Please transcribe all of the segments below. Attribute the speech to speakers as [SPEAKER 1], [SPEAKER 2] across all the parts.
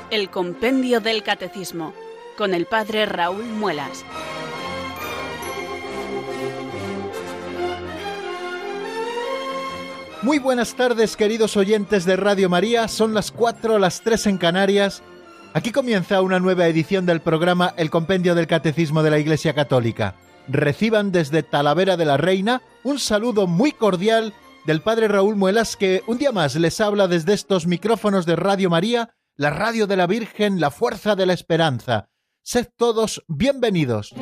[SPEAKER 1] El Compendio del Catecismo, con el Padre Raúl Muelas.
[SPEAKER 2] Muy buenas tardes, queridos oyentes de Radio María. Son las 4, las 3 en Canarias. Aquí comienza una nueva edición del programa El Compendio del Catecismo de la Iglesia Católica. Reciban desde Talavera de la Reina un saludo muy cordial del Padre Raúl Muelas, que un día más les habla desde estos micrófonos de Radio María, la radio de la Virgen, la fuerza de la esperanza. Sed todos bienvenidos.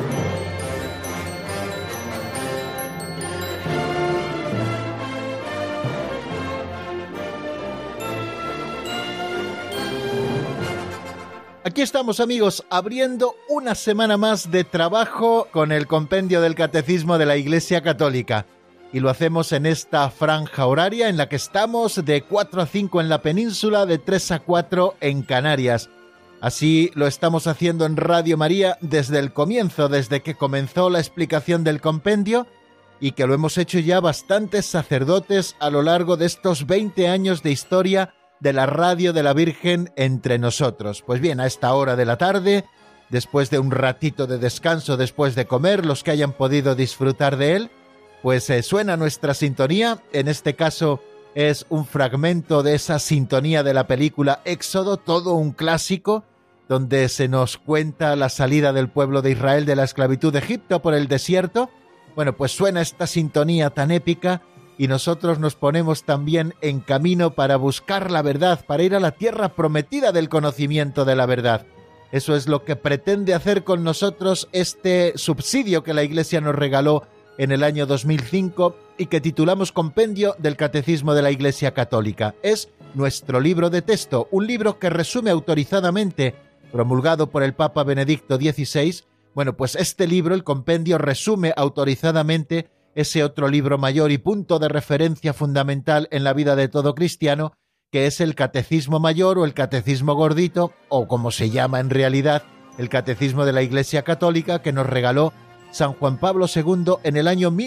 [SPEAKER 2] Aquí estamos, amigos, abriendo una semana más de trabajo con el Compendio del Catecismo de la Iglesia Católica. Y lo hacemos en esta franja horaria en la que estamos de 4 a 5 en la península, de 3 a 4 en Canarias. Así lo estamos haciendo en Radio María desde el comienzo, desde que comenzó la explicación del compendio, y que lo hemos hecho ya bastantes sacerdotes a lo largo de estos 20 años de historia de la radio de la Virgen entre nosotros. Pues bien, a esta hora de la tarde, después de un ratito de descanso, después de comer, los que hayan podido disfrutar de él, pues suena nuestra sintonía. En este caso es un fragmento de esa sintonía de la película Éxodo, todo un clásico, donde se nos cuenta la salida del pueblo de Israel de la esclavitud de Egipto por el desierto. Bueno, pues suena esta sintonía tan épica y nosotros nos ponemos también en camino para buscar la verdad, para ir a la tierra prometida del conocimiento de la verdad. Eso es lo que pretende hacer con nosotros este subsidio que la Iglesia nos regaló en el año 2005 y que titulamos Compendio del Catecismo de la Iglesia Católica. Es nuestro libro de texto, un libro que resume autorizadamente, promulgado por el Papa Benedicto XVI. Bueno, pues este libro, el compendio, resume autorizadamente ese otro libro mayor y punto de referencia fundamental en la vida de todo cristiano, que es el Catecismo Mayor o el Catecismo Gordito, o como se llama en realidad, el Catecismo de la Iglesia Católica, que nos regaló San Juan Pablo II en el año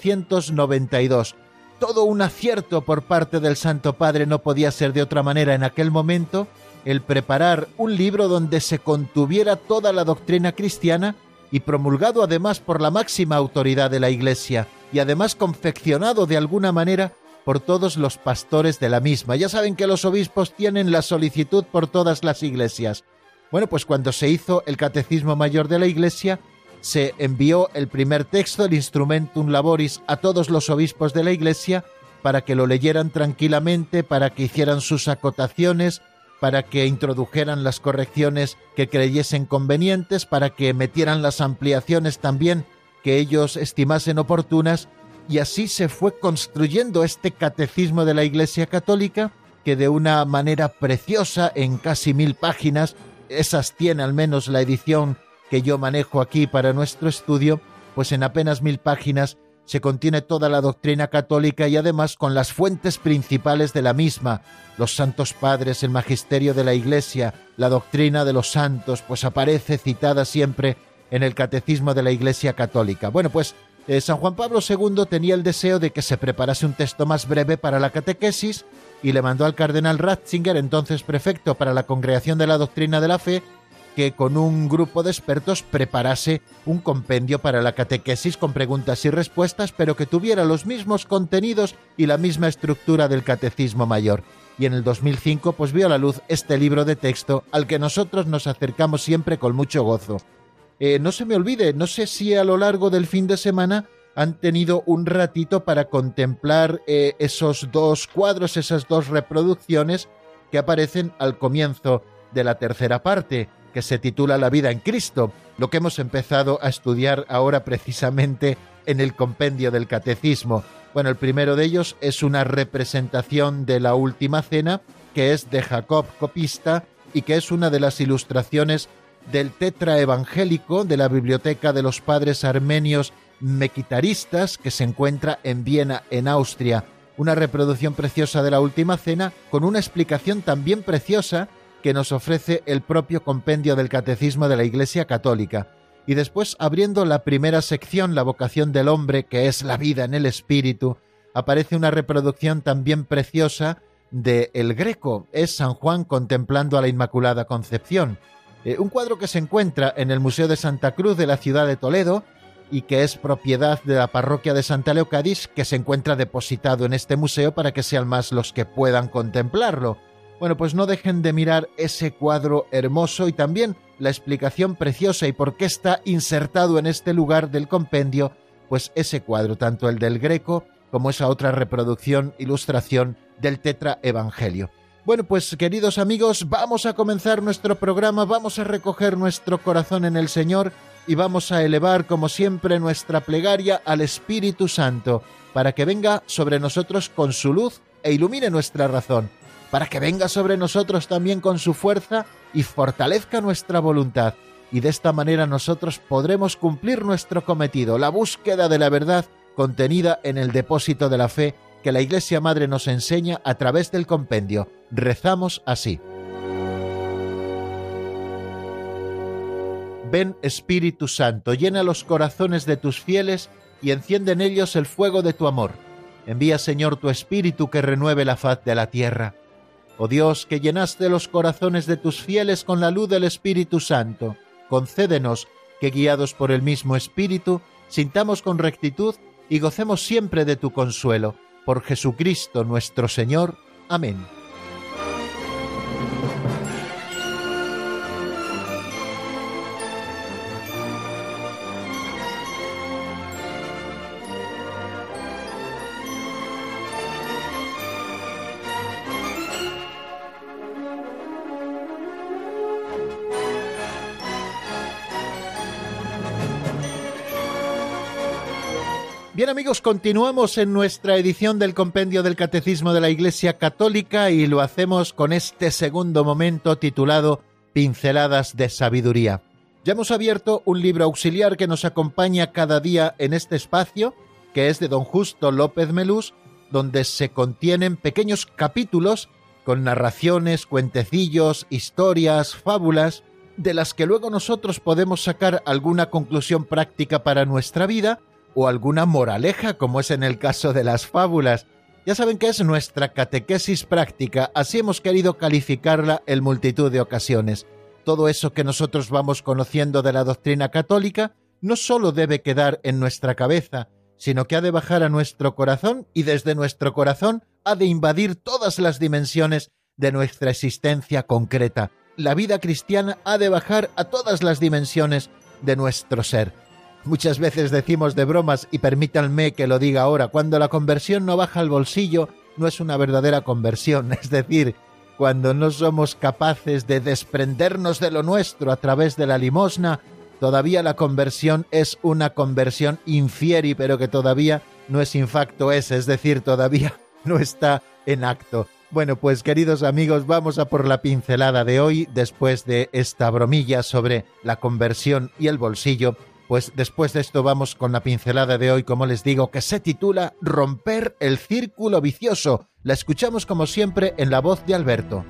[SPEAKER 2] 1992. Todo un acierto por parte del Santo Padre, no podía ser de otra manera en aquel momento, el preparar un libro donde se contuviera toda la doctrina cristiana y promulgado además por la máxima autoridad de la Iglesia y además confeccionado de alguna manera por todos los pastores de la misma. Ya saben que los obispos tienen la solicitud por todas las iglesias. Bueno, pues cuando se hizo el Catecismo Mayor de la Iglesia, se envió el primer texto, el Instrumentum Laboris, a todos los obispos de la Iglesia para que lo leyeran tranquilamente, para que hicieran sus acotaciones, para que introdujeran las correcciones que creyesen convenientes, para que metieran las ampliaciones también que ellos estimasen oportunas, y así se fue construyendo este Catecismo de la Iglesia Católica, que de una manera preciosa, en casi 1000 páginas, esas tiene al menos la edición que yo manejo aquí para nuestro estudio, pues en apenas 1000 páginas se contiene toda la doctrina católica y además con las fuentes principales de la misma, los santos padres, el magisterio de la Iglesia, la doctrina de los santos, pues aparece citada siempre en el Catecismo de la Iglesia Católica. Bueno, pues San Juan Pablo II tenía el deseo de que se preparase un texto más breve para la catequesis y le mandó al cardenal Ratzinger, entonces prefecto para la Congregación de la Doctrina de la Fe, que con un grupo de expertos preparase un compendio para la catequesis con preguntas y respuestas, pero que tuviera los mismos contenidos y la misma estructura del Catecismo Mayor. Y en el 2005 pues vio a la luz este libro de texto al que nosotros nos acercamos siempre con mucho gozo. No se me olvide, no sé si a lo largo del fin de semana han tenido un ratito para contemplar esos dos cuadros, esas dos reproducciones que aparecen al comienzo de la tercera parte, que se titula La vida en Cristo, lo que hemos empezado a estudiar ahora precisamente en el compendio del Catecismo. Bueno, el primero de ellos es una representación de la Última Cena, que es de Jacob Copista y que es una de las ilustraciones del Tetra Evangélico de la Biblioteca de los Padres Armenios Mequitaristas, que se encuentra en Viena, en Austria. Una reproducción preciosa de la Última Cena con una explicación también preciosa que nos ofrece el propio compendio del Catecismo de la Iglesia Católica. Y después, abriendo la primera sección, la vocación del hombre, que es la vida en el espíritu, aparece una reproducción también preciosa de El Greco. Es San Juan contemplando a la Inmaculada Concepción. Un cuadro que se encuentra en el Museo de Santa Cruz de la ciudad de Toledo y que es propiedad de la parroquia de Santa Leocadis, que se encuentra depositado en este museo para que sean más los que puedan contemplarlo. Bueno, pues no dejen de mirar ese cuadro hermoso y también la explicación preciosa y por qué está insertado en este lugar del compendio, pues ese cuadro, tanto el del Greco como esa otra reproducción, ilustración del Tetraevangelio. Bueno, pues queridos amigos, vamos a comenzar nuestro programa, vamos a recoger nuestro corazón en el Señor y vamos a elevar, como siempre, nuestra plegaria al Espíritu Santo, para que venga sobre nosotros con su luz e ilumine nuestra razón, para que venga sobre nosotros también con su fuerza y fortalezca nuestra voluntad, y de esta manera nosotros podremos cumplir nuestro cometido, la búsqueda de la verdad contenida en el depósito de la fe que la Iglesia Madre nos enseña a través del compendio. Rezamos así. Ven, Espíritu Santo, llena los corazones de tus fieles y enciende en ellos el fuego de tu amor. Envía, Señor, tu Espíritu que renueve la faz de la tierra. Oh Dios, que llenaste los corazones de tus fieles con la luz del Espíritu Santo, concédenos que, guiados por el mismo Espíritu, sintamos con rectitud y gocemos siempre de tu consuelo. Por Jesucristo nuestro Señor. Amén. Bien amigos, continuamos en nuestra edición del Compendio del Catecismo de la Iglesia Católica y lo hacemos con este segundo momento titulado Pinceladas de Sabiduría. Ya hemos abierto un libro auxiliar que nos acompaña cada día en este espacio, que es de don Justo López Melús, donde se contienen pequeños capítulos con narraciones, cuentecillos, historias, fábulas, de las que luego nosotros podemos sacar alguna conclusión práctica para nuestra vida, o alguna moraleja, como es en el caso de las fábulas. Ya saben que es nuestra catequesis práctica, así hemos querido calificarla en multitud de ocasiones. Todo eso que nosotros vamos conociendo de la doctrina católica no solo debe quedar en nuestra cabeza, sino que ha de bajar a nuestro corazón y desde nuestro corazón ha de invadir todas las dimensiones de nuestra existencia concreta. La vida cristiana ha de bajar a todas las dimensiones de nuestro ser. Muchas veces decimos de bromas, y permítanme que lo diga ahora, cuando la conversión no baja al bolsillo, no es una verdadera conversión. Es decir, cuando no somos capaces de desprendernos de lo nuestro a través de la limosna, todavía la conversión es una conversión infieri, pero que todavía no es in facto es decir, todavía no está en acto. Bueno, pues queridos amigos, vamos a por la pincelada de hoy, después de esta bromilla sobre la conversión y el bolsillo. Pues después de esto vamos con la pincelada de hoy, como les digo, que se titula Romper el círculo vicioso. La escuchamos como siempre en la voz de Alberto.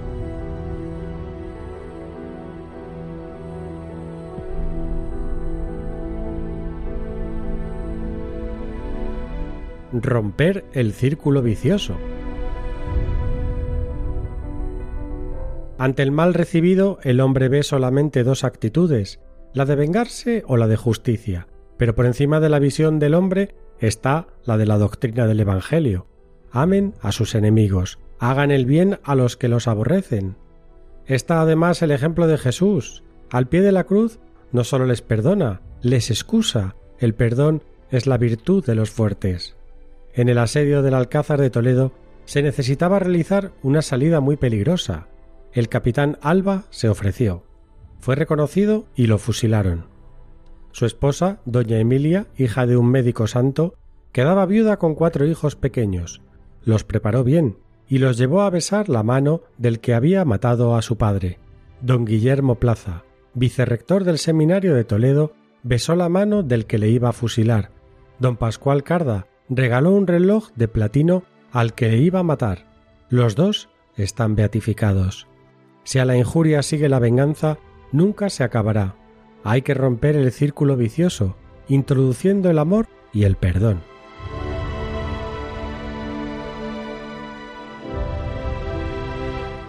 [SPEAKER 3] Romper el círculo vicioso. Ante el mal recibido, el hombre ve solamente dos actitudes: la de vengarse o la de justicia, pero por encima de la visión del hombre está la de la doctrina del Evangelio. Amen a sus enemigos, hagan el bien a los que los aborrecen. Está además el ejemplo de Jesús. Al pie de la cruz no solo les perdona, les excusa. El perdón es la virtud de los fuertes. En el asedio del Alcázar de Toledo se necesitaba realizar una salida muy peligrosa. El capitán Alba se ofreció. Fue reconocido y lo fusilaron. Su esposa, doña Emilia, hija de un médico santo, quedaba viuda con 4 hijos pequeños. Los preparó bien y los llevó a besar la mano del que había matado a su padre. Don Guillermo Plaza, vicerrector del seminario de Toledo, besó la mano del que le iba a fusilar. Don Pascual Carda regaló un reloj de platino al que le iba a matar. Los dos están beatificados. Si a la injuria sigue la venganza, nunca se acabará. Hay que romper el círculo vicioso, introduciendo el amor y el perdón.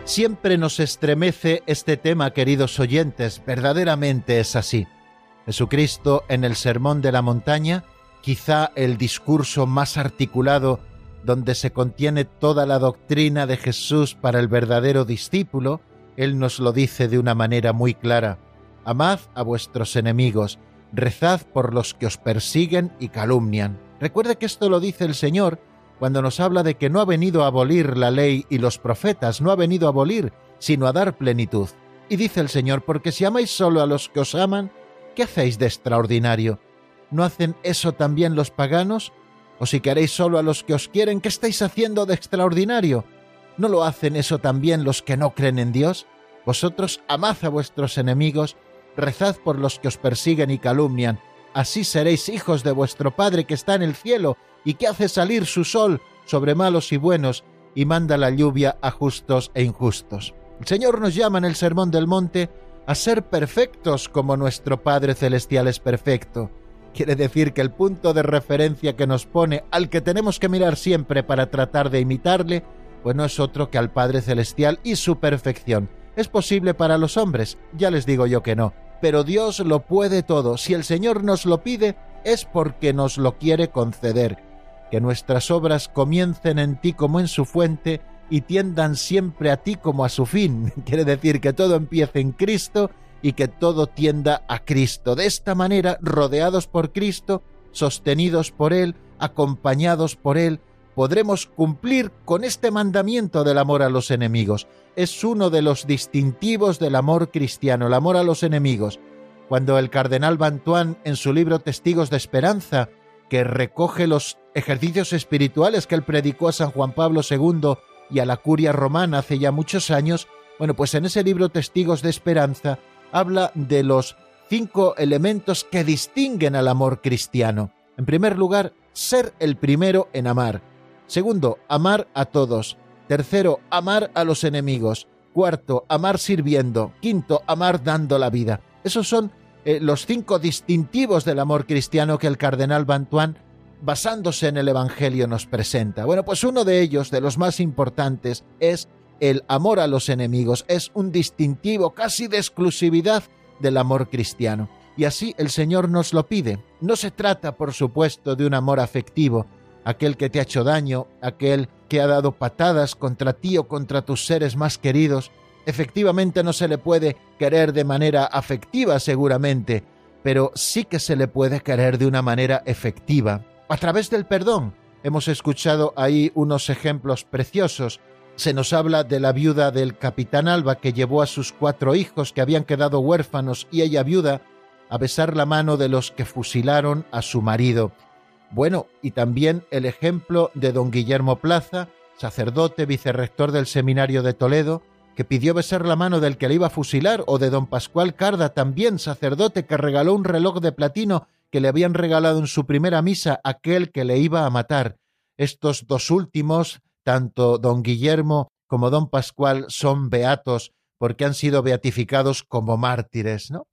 [SPEAKER 2] Siempre nos estremece este tema, queridos oyentes, verdaderamente es así. Jesucristo en el Sermón de la Montaña, quizá el discurso más articulado donde se contiene toda la doctrina de Jesús para el verdadero discípulo, Él nos lo dice de una manera muy clara: amad a vuestros enemigos, rezad por los que os persiguen y calumnian. Recuerde que esto lo dice el Señor cuando nos habla de que no ha venido a abolir la ley y los profetas, no ha venido a abolir, sino a dar plenitud. Y dice el Señor: porque si amáis solo a los que os aman, ¿qué hacéis de extraordinario? ¿No hacen eso también los paganos? ¿O si queréis solo a los que os quieren, qué estáis haciendo de extraordinario? ¿No lo hacen eso también los que no creen en Dios? Vosotros amad a vuestros enemigos, rezad por los que os persiguen y calumnian, así seréis hijos de vuestro Padre que está en el cielo y que hace salir su sol sobre malos y buenos y manda la lluvia a justos e injustos. El Señor nos llama en el Sermón del Monte a ser perfectos como nuestro Padre Celestial es perfecto. Quiere decir que el punto de referencia que nos pone, al que tenemos que mirar siempre para tratar de imitarle, pues no es otro que al Padre Celestial y su perfección. ¿Es posible para los hombres? Ya les digo yo que no. Pero Dios lo puede todo. Si el Señor nos lo pide, es porque nos lo quiere conceder. Que nuestras obras comiencen en ti como en su fuente y tiendan siempre a ti como a su fin. Quiere decir que todo empiece en Cristo y que todo tienda a Cristo. De esta manera, rodeados por Cristo, sostenidos por Él, acompañados por Él, podremos cumplir con este mandamiento del amor a los enemigos. Es uno de los distintivos del amor cristiano, el amor a los enemigos. Cuando el cardenal Bantuán, en su libro Testigos de Esperanza, que recoge los ejercicios espirituales que él predicó a San Juan Pablo II y a la curia romana hace ya muchos años, bueno, pues en ese libro Testigos de Esperanza habla de los 5 elementos que distinguen al amor cristiano. En primer lugar, ser el primero en amar. Segundo, amar a todos. Tercero, amar a los enemigos. Cuarto, amar sirviendo. Quinto, amar dando la vida. Esos son los 5 distintivos del amor cristiano que el cardenal Bantuán, basándose en el Evangelio, nos presenta. Bueno, pues uno de ellos, de los más importantes, es el amor a los enemigos. Es un distintivo casi de exclusividad del amor cristiano. Y así el Señor nos lo pide. No se trata, por supuesto, de un amor afectivo, aquel que te ha hecho daño, aquel que ha dado patadas contra ti o contra tus seres más queridos. Efectivamente no se le puede querer de manera afectiva seguramente, pero sí que se le puede querer de una manera efectiva. A través del perdón. Hemos escuchado ahí unos ejemplos preciosos. Se nos habla de la viuda del capitán Alba que llevó a sus 4 hijos que habían quedado huérfanos y ella viuda a besar la mano de los que fusilaron a su marido. Bueno, y también el ejemplo de don Guillermo Plaza, sacerdote, vicerrector del Seminario de Toledo, que pidió besar la mano del que le iba a fusilar, o de don Pascual Carda, también sacerdote, que regaló un reloj de platino que le habían regalado en su primera misa a aquel que le iba a matar. Estos 2 últimos, tanto don Guillermo como don Pascual, son beatos porque han sido beatificados como mártires, ¿no?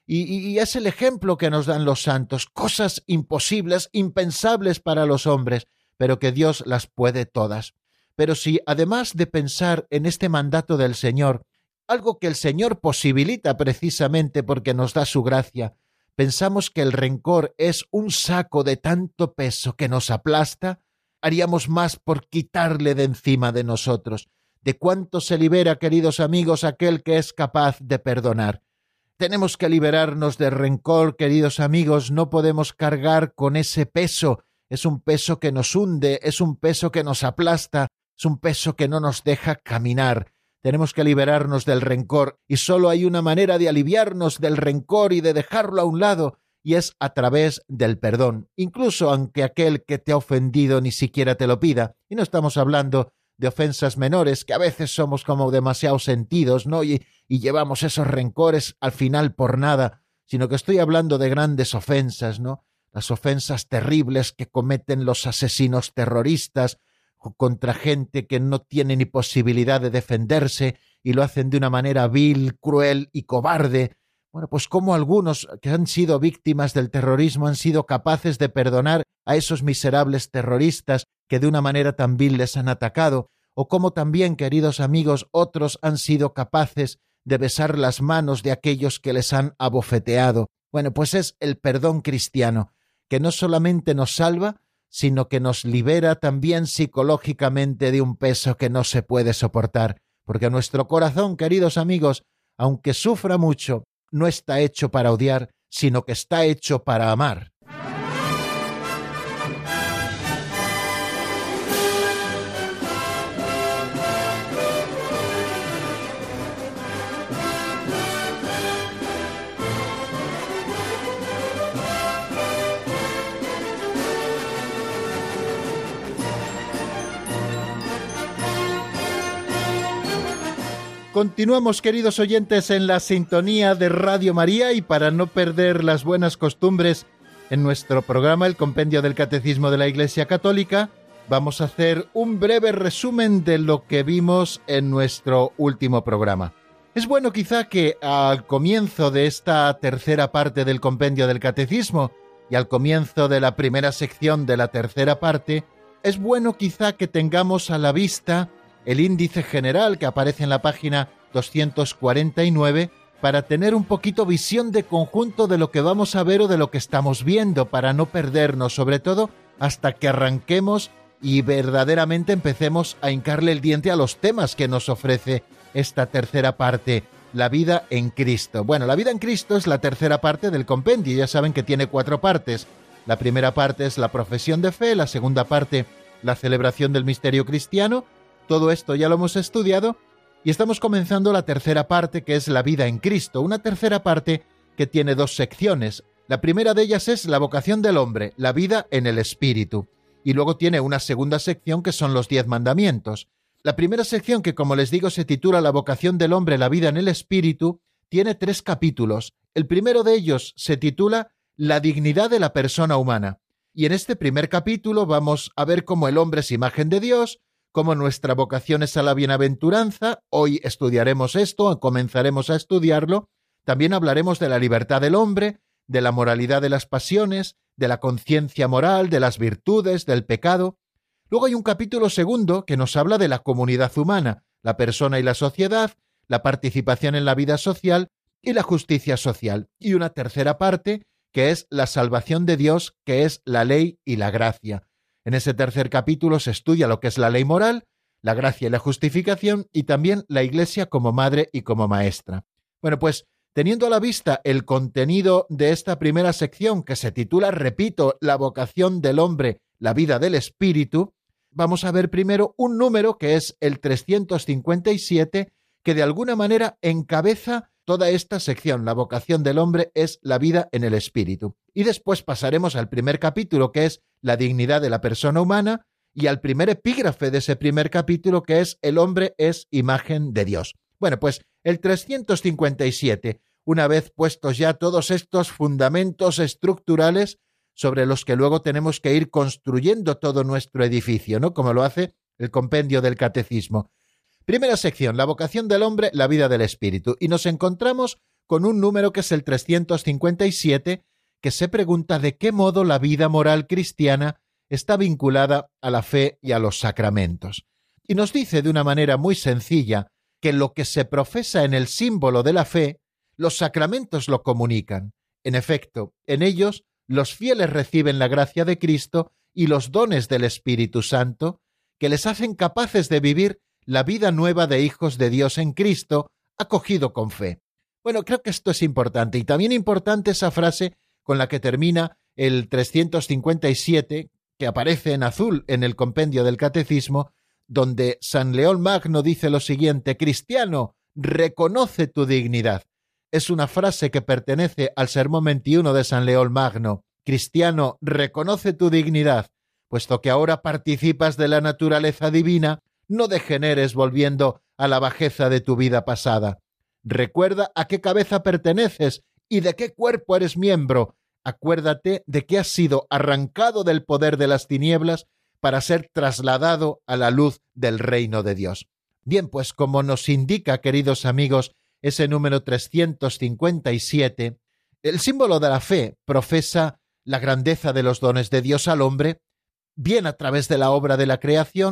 [SPEAKER 2] Y es el ejemplo que nos dan los santos, cosas imposibles, impensables para los hombres, pero que Dios las puede todas. Pero si, además de pensar en este mandato del Señor, algo que el Señor posibilita precisamente porque nos da su gracia, pensamos que el rencor es un saco de tanto peso que nos aplasta, haríamos más por quitarle de encima de nosotros. ¿De cuánto se libera, queridos amigos, aquel que es capaz de perdonar? Tenemos que liberarnos del rencor, queridos amigos, no podemos cargar con ese peso. Es un peso que nos hunde, es un peso que nos aplasta, es un peso que no nos deja caminar. Tenemos que liberarnos del rencor y solo hay una manera de aliviarnos del rencor y de dejarlo a un lado, y es a través del perdón, incluso aunque aquel que te ha ofendido ni siquiera te lo pida. Y no estamos hablando de ofensas menores, que a veces somos como demasiado sentidos, ¿no? Y llevamos esos rencores al final por nada, sino que estoy hablando de grandes ofensas, ¿no? Las ofensas terribles que cometen los asesinos terroristas contra gente que no tiene ni posibilidad de defenderse y lo hacen de una manera vil, cruel y cobarde. Bueno, pues como algunos que han sido víctimas del terrorismo han sido capaces de perdonar a esos miserables terroristas que de una manera tan vil les han atacado, o cómo también, queridos amigos, otros han sido capaces de besar las manos de aquellos que les han abofeteado. Bueno, pues es el perdón cristiano, que no solamente nos salva, sino que nos libera también psicológicamente de un peso que no se puede soportar, porque nuestro corazón, queridos amigos, aunque sufra mucho, no está hecho para odiar, sino que está hecho para amar. Continuamos, queridos oyentes, en la sintonía de Radio María, y para no perder las buenas costumbres en nuestro programa, el Compendio del Catecismo de la Iglesia Católica, vamos a hacer un breve resumen de lo que vimos en nuestro último programa. Es bueno quizá que al comienzo de esta tercera parte del Compendio del Catecismo y al comienzo de la primera sección de la tercera parte, es bueno quizá que tengamos a la vista el índice general que aparece en la página 249 para tener un poquito visión de conjunto de lo que vamos a ver o de lo que estamos viendo, para no perdernos, sobre todo hasta que arranquemos y verdaderamente empecemos a hincarle el diente a los temas que nos ofrece esta tercera parte, la vida en Cristo. Bueno, la vida en Cristo es la tercera parte del compendio, ya saben que tiene 4 partes. La primera parte es la profesión de fe, la segunda parte la celebración del misterio cristiano. Todo esto ya lo hemos estudiado y estamos comenzando la tercera parte, que es la vida en Cristo, una tercera parte que tiene 2 secciones. La primera de ellas es la vocación del hombre, la vida en el Espíritu, y luego tiene una segunda sección que son los 10 mandamientos. La primera sección, que como les digo se titula La vocación del hombre, la vida en el Espíritu, tiene 3 capítulos. El primero de ellos se titula La dignidad de la persona humana, y en este primer capítulo vamos a ver cómo el hombre es imagen de Dios, cómo nuestra vocación es a la bienaventuranza. Hoy estudiaremos esto, comenzaremos a estudiarlo. También hablaremos de la libertad del hombre, de la moralidad de las pasiones, de la conciencia moral, de las virtudes, del pecado. Luego hay un capítulo segundo que nos habla de la comunidad humana, la persona y la sociedad, la participación en la vida social y la justicia social. Y una tercera parte que es la salvación de Dios, que es la ley y la gracia. En ese tercer capítulo se estudia lo que es la ley moral, la gracia y la justificación, y también la Iglesia como madre y como maestra. Bueno, pues teniendo a la vista el contenido de esta primera sección, que se titula, repito, La vocación del hombre, la vida del Espíritu, vamos a ver primero un número que es el 357, que de alguna manera encabeza toda esta sección. La vocación del hombre es la vida en el Espíritu. Y después pasaremos al primer capítulo, que es la dignidad de la persona humana, y al primer epígrafe de ese primer capítulo, que es el hombre es imagen de Dios. Bueno, pues el 357, una vez puestos ya todos estos fundamentos estructurales sobre los que luego tenemos que ir construyendo todo nuestro edificio, ¿no? Como lo hace el compendio del Catecismo. Primera sección, la vocación del hombre, la vida del Espíritu. Y nos encontramos con un número que es el 357, que se pregunta de qué modo la vida moral cristiana está vinculada a la fe y a los sacramentos. Y nos dice de una manera muy sencilla que lo que se profesa en el símbolo de la fe, los sacramentos lo comunican. En efecto, en ellos los fieles reciben la gracia de Cristo y los dones del Espíritu Santo, que les hacen capaces de vivir la vida nueva de hijos de Dios en Cristo, acogido con fe. Bueno, creo que esto es importante, y también importante esa frase con la que termina el 357, que aparece en azul en el compendio del Catecismo, donde San León Magno dice lo siguiente: cristiano, reconoce tu dignidad. Es una frase que pertenece al Sermón 21 de San León Magno. Cristiano, reconoce tu dignidad, puesto que ahora participas de la naturaleza divina, no degeneres volviendo a la bajeza de tu vida pasada. Recuerda a qué cabeza perteneces y de qué cuerpo eres miembro. Acuérdate de que has sido arrancado del poder de las tinieblas para ser trasladado a la luz del reino de Dios. Bien, pues como nos indica, queridos amigos, ese número 357, el símbolo de la fe profesa la grandeza de los dones de Dios al hombre, bien a través de la obra de la creación,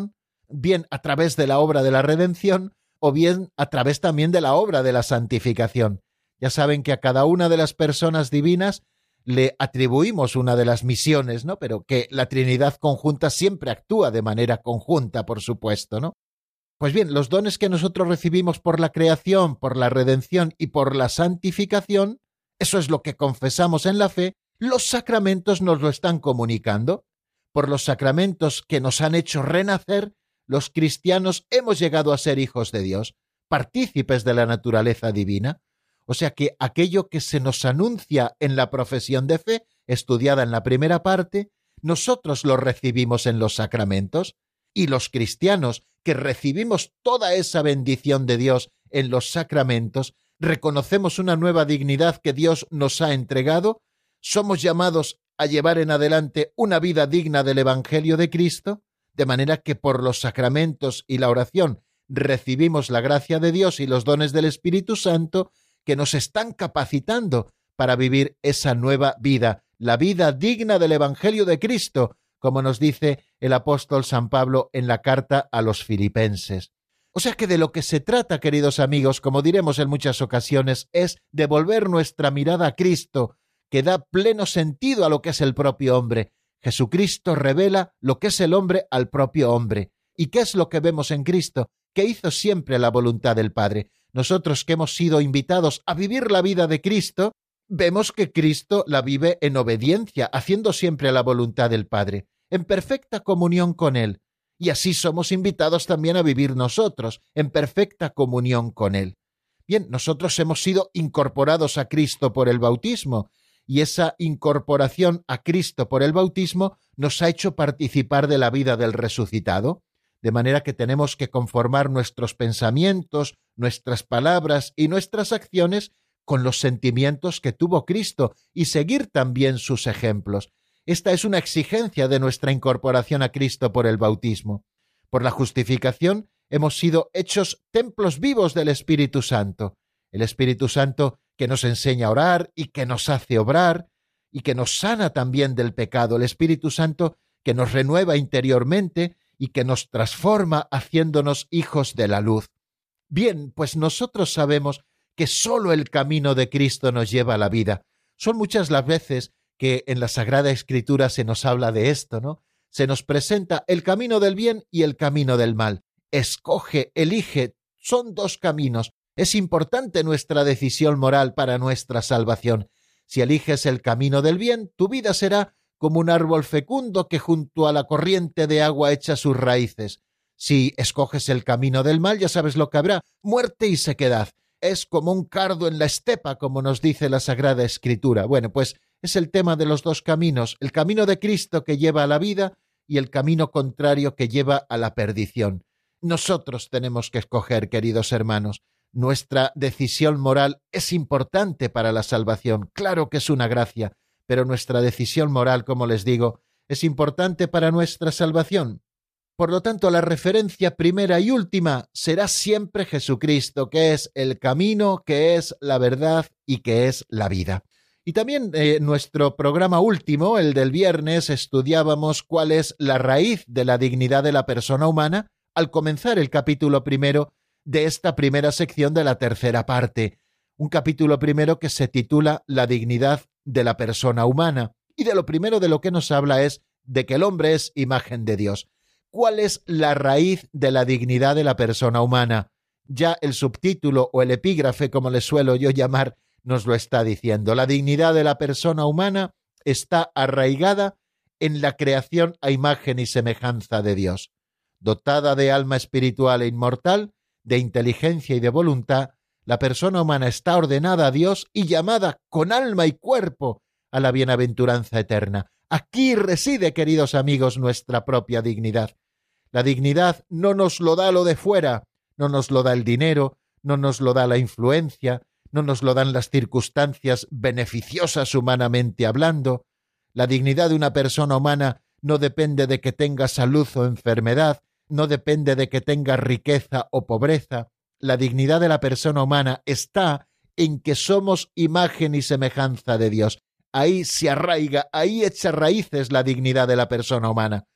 [SPEAKER 2] bien a través de la obra de la redención o bien a través también de la obra de la santificación. Ya saben que a cada una de las personas divinas le atribuimos una de las misiones, ¿no? Pero que la Trinidad conjunta siempre actúa de manera conjunta, por supuesto, ¿no? Pues bien, los dones que nosotros recibimos por la creación, por la redención y por la santificación, eso es lo que confesamos en la fe, los sacramentos nos lo están comunicando. Por los sacramentos que nos han hecho renacer, los cristianos hemos llegado a ser hijos de Dios, partícipes de la naturaleza divina. O sea que aquello que se nos anuncia en la profesión de fe, estudiada en la primera parte, nosotros lo recibimos en los sacramentos, y los cristianos que recibimos toda esa bendición de Dios en los sacramentos, reconocemos una nueva dignidad que Dios nos ha entregado, somos llamados a llevar en adelante una vida digna del Evangelio de Cristo, de manera que por los sacramentos y la oración recibimos la gracia de Dios y los dones del Espíritu Santo que nos están capacitando para vivir esa nueva vida, la vida digna del Evangelio de Cristo, como nos dice el apóstol San Pablo en la carta a los Filipenses. O sea que de lo que se trata, queridos amigos, como diremos en muchas ocasiones, es devolver nuestra mirada a Cristo, que da pleno sentido a lo que es el propio hombre. Jesucristo revela lo que es el hombre al propio hombre. ¿Y qué es lo que vemos en Cristo? Que hizo siempre la voluntad del Padre. Nosotros que hemos sido invitados a vivir la vida de Cristo, vemos que Cristo la vive en obediencia, haciendo siempre la voluntad del Padre, en perfecta comunión con Él. Y así somos invitados también a vivir nosotros, en perfecta comunión con Él. Bien, nosotros hemos sido incorporados a Cristo por el bautismo, y esa incorporación a Cristo por el bautismo nos ha hecho participar de la vida del resucitado, de manera que tenemos que conformar nuestros pensamientos, nuestras palabras y nuestras acciones con los sentimientos que tuvo Cristo y seguir también sus ejemplos. Esta es una exigencia de nuestra incorporación a Cristo por el bautismo. Por la justificación hemos sido hechos templos vivos del Espíritu Santo. El Espíritu Santo que nos enseña a orar y que nos hace obrar y que nos sana también del pecado. El Espíritu Santo que nos renueva interiormente y que nos transforma haciéndonos hijos de la luz. Bien, pues nosotros sabemos que sólo el camino de Cristo nos lleva a la vida. Son muchas las veces que en la Sagrada Escritura se nos habla de esto, ¿no? Se nos presenta el camino del bien y el camino del mal. Escoge, elige, son dos caminos. Es importante nuestra decisión moral para nuestra salvación. Si eliges el camino del bien, tu vida será como un árbol fecundo que junto a la corriente de agua echa sus raíces. Si escoges el camino del mal, ya sabes lo que habrá, muerte y sequedad. Es como un cardo en la estepa, como nos dice la Sagrada Escritura. Bueno, pues es el tema de los dos caminos, el camino de Cristo que lleva a la vida y el camino contrario que lleva a la perdición. Nosotros tenemos que escoger, queridos hermanos. Nuestra decisión moral es importante para la salvación. Claro que es una gracia, pero nuestra decisión moral, como les digo, es importante para nuestra salvación. Por lo tanto, la referencia primera y última será siempre Jesucristo, que es el camino, que es la verdad y que es la vida. Y también nuestro programa último, el del viernes, estudiábamos cuál es la raíz de la dignidad de la persona humana al comenzar el capítulo primero de esta primera sección de la tercera parte. Un capítulo primero que se titula La dignidad de la persona humana. Y de lo primero de lo que nos habla es de que el hombre es imagen de Dios. ¿Cuál es la raíz de la dignidad de la persona humana? Ya el subtítulo o el epígrafe, como le suelo yo llamar, nos lo está diciendo. La dignidad de la persona humana está arraigada en la creación a imagen y semejanza de Dios. Dotada de alma espiritual e inmortal, de inteligencia y de voluntad, la persona humana está ordenada a Dios y llamada con alma y cuerpo a la bienaventuranza eterna. Aquí reside, queridos amigos, nuestra propia dignidad. La dignidad no nos lo da lo de fuera, no nos lo da el dinero, no nos lo da la influencia, no nos lo dan las circunstancias beneficiosas humanamente hablando. La dignidad de una persona humana no depende de que tenga salud o enfermedad, no depende de que tenga riqueza o pobreza. La dignidad de la persona humana está en que somos imagen y semejanza de Dios. Ahí se arraiga, ahí echa raíces la dignidad de la persona humana.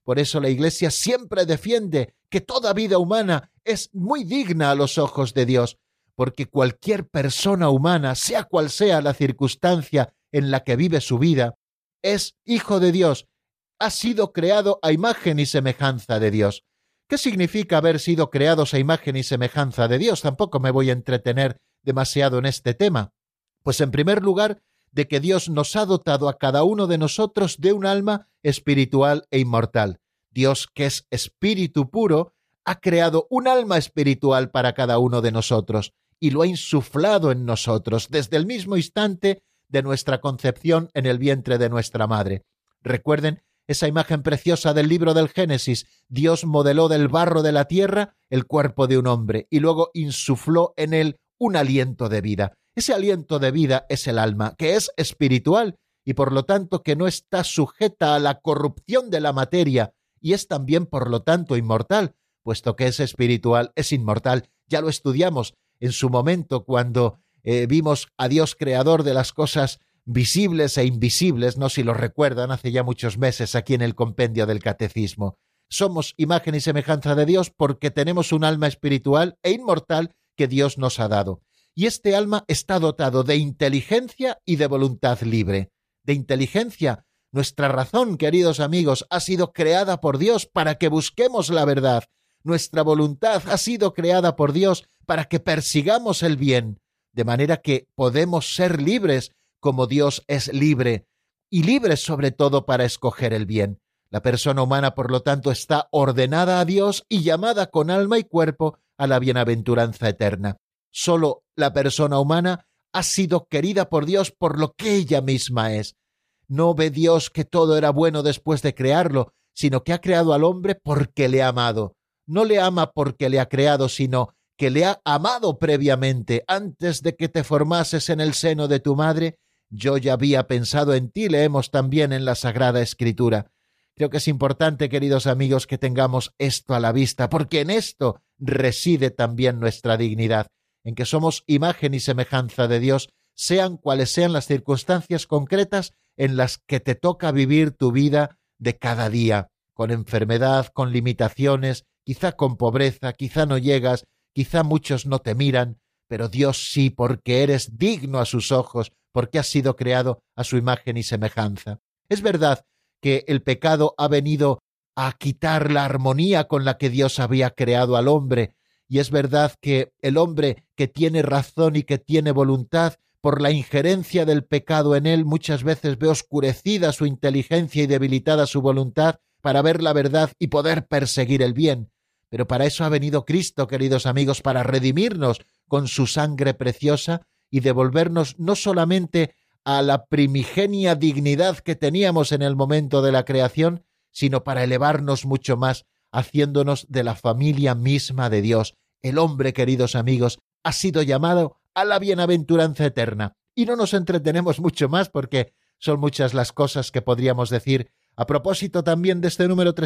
[SPEAKER 2] Por eso la Iglesia siempre defiende que toda vida humana es muy digna a los ojos de Dios, porque cualquier persona humana, sea cual sea la circunstancia en la que vive su vida, es hijo de Dios, ha sido creado a imagen y semejanza de Dios. ¿Qué significa haber sido creados a imagen y semejanza de Dios? Tampoco me voy a entretener demasiado en este tema. Pues en primer lugar, de que Dios nos ha dotado a cada uno de nosotros de un alma espiritual e inmortal. Dios, que es espíritu puro, ha creado un alma espiritual para cada uno de nosotros y lo ha insuflado en nosotros desde el mismo instante de nuestra concepción en el vientre de nuestra madre. Recuerden esa imagen preciosa del libro del Génesis. Dios modeló del barro de la tierra el cuerpo de un hombre y luego insufló en él un aliento de vida. Ese aliento de vida es el alma, que es espiritual y por lo tanto que no está sujeta a la corrupción de la materia y es también por lo tanto inmortal, puesto que es espiritual, es inmortal. Ya lo estudiamos en su momento cuando vimos a Dios creador de las cosas visibles e invisibles, no si lo recuerdan, hace ya muchos meses aquí en el compendio del Catecismo. Somos imagen y semejanza de Dios porque tenemos un alma espiritual e inmortal que Dios nos ha dado. Y este alma está dotado de inteligencia y de voluntad libre. De inteligencia, nuestra razón, queridos amigos, ha sido creada por Dios para que busquemos la verdad. Nuestra voluntad ha sido creada por Dios para que persigamos el bien, de manera que podemos ser libres como Dios es libre, y libre sobre todo para escoger el bien. La persona humana, por lo tanto, está ordenada a Dios y llamada con alma y cuerpo a la bienaventuranza eterna. Solo la persona humana ha sido querida por Dios por lo que ella misma es. No ve Dios que todo era bueno después de crearlo, sino que ha creado al hombre porque le ha amado. No le ama porque le ha creado, sino que le ha amado previamente. Antes de que te formases en el seno de tu madre, yo ya había pensado en ti, leemos también en la Sagrada Escritura. Creo que es importante, queridos amigos, que tengamos esto a la vista, porque en esto reside también nuestra dignidad, en que somos imagen y semejanza de Dios, sean cuales sean las circunstancias concretas en las que te toca vivir tu vida de cada día, con enfermedad, con limitaciones, quizá con pobreza, quizá no llegas, quizá muchos no te miran, pero Dios sí, porque eres digno a sus ojos, porque has sido creado a su imagen y semejanza. Es verdad que el pecado ha venido a quitar la armonía con la que Dios había creado al hombre, y es verdad que el hombre que tiene razón y que tiene voluntad, por la injerencia del pecado en él, muchas veces ve oscurecida su inteligencia y debilitada su voluntad para ver la verdad y poder perseguir el bien. Pero para eso ha venido Cristo, queridos amigos, para redimirnos con su sangre preciosa y devolvernos no solamente a la primigenia dignidad que teníamos en el momento de la creación, sino para elevarnos mucho más, haciéndonos de la familia misma de Dios. El hombre, queridos amigos, ha sido llamado a la bienaventuranza eterna. Y no nos entretenemos mucho más porque son muchas las cosas que podríamos decir a propósito también de este número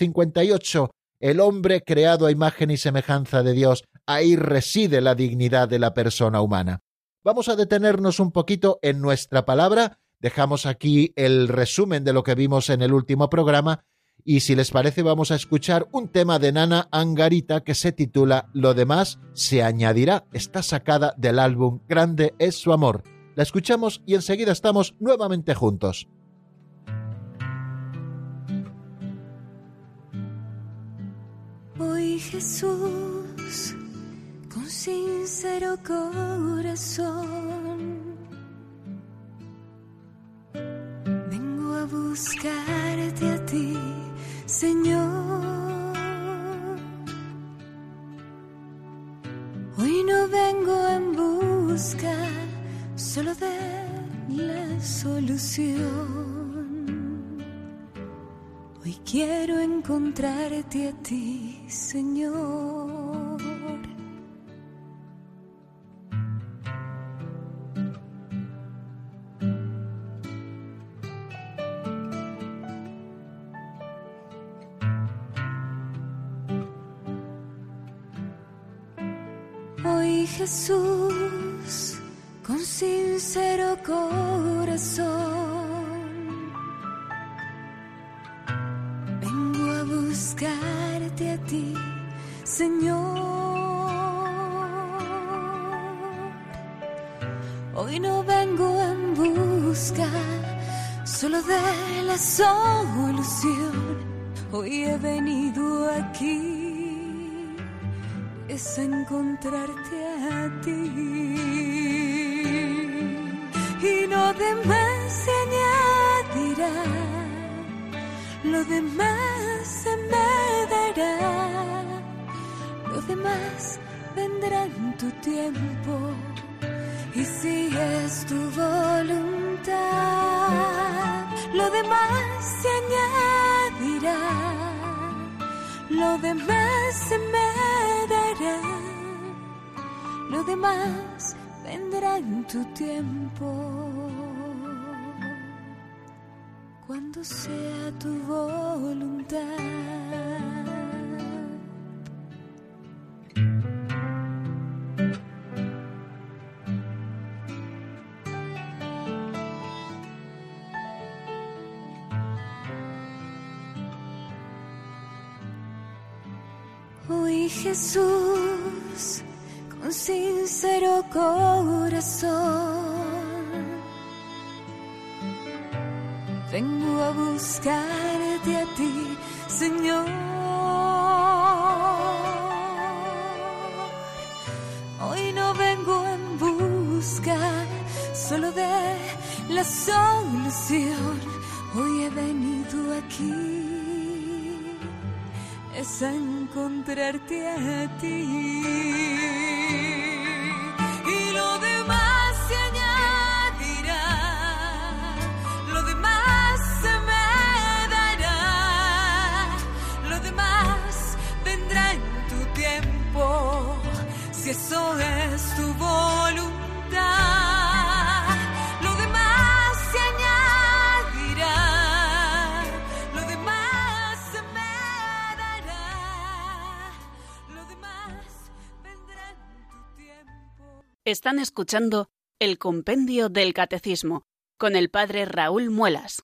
[SPEAKER 2] 358, el hombre creado a imagen y semejanza de Dios. Ahí reside la dignidad de la persona humana. Vamos a detenernos un poquito en nuestra palabra. Dejamos aquí el resumen de lo que vimos en el último programa y si les parece vamos a escuchar un tema de Nana Angarita que se titula Lo demás se añadirá. Está sacada del álbum Grande es su amor. La escuchamos y enseguida estamos nuevamente juntos.
[SPEAKER 4] Hoy Jesús, con sincero corazón, vengo a buscarte a ti, Señor. Hoy no vengo en busca solo de la solución. Hoy quiero encontrarte a ti, Señor. Hoy Jesús, con sincero corazón, vengo buscarte a ti, Señor. Hoy no vengo en busca solo de la solución. Hoy he venido aquí es a encontrarte a ti. Y lo demás se añadirá, lo demás se me dará, lo demás vendrá en tu tiempo. Y si es tu voluntad, lo demás se añadirá, lo demás se me dará, lo demás vendrá en tu tiempo. Cuando sea tu voluntad. Hoy Jesús, con sincero corazón, vengo a buscarte a ti, Señor. Hoy no vengo en busca solo de la solución. Hoy he venido aquí es a encontrarte a ti. Y lo demás se añadirá, lo demás se me dará, lo demás vendrá en tu tiempo, si eso es tu voluntad. Lo demás se añadirá, lo demás se me dará, lo demás vendrá en tu tiempo.
[SPEAKER 1] Están escuchando el Compendio del Catecismo con el Padre Raúl Muelas.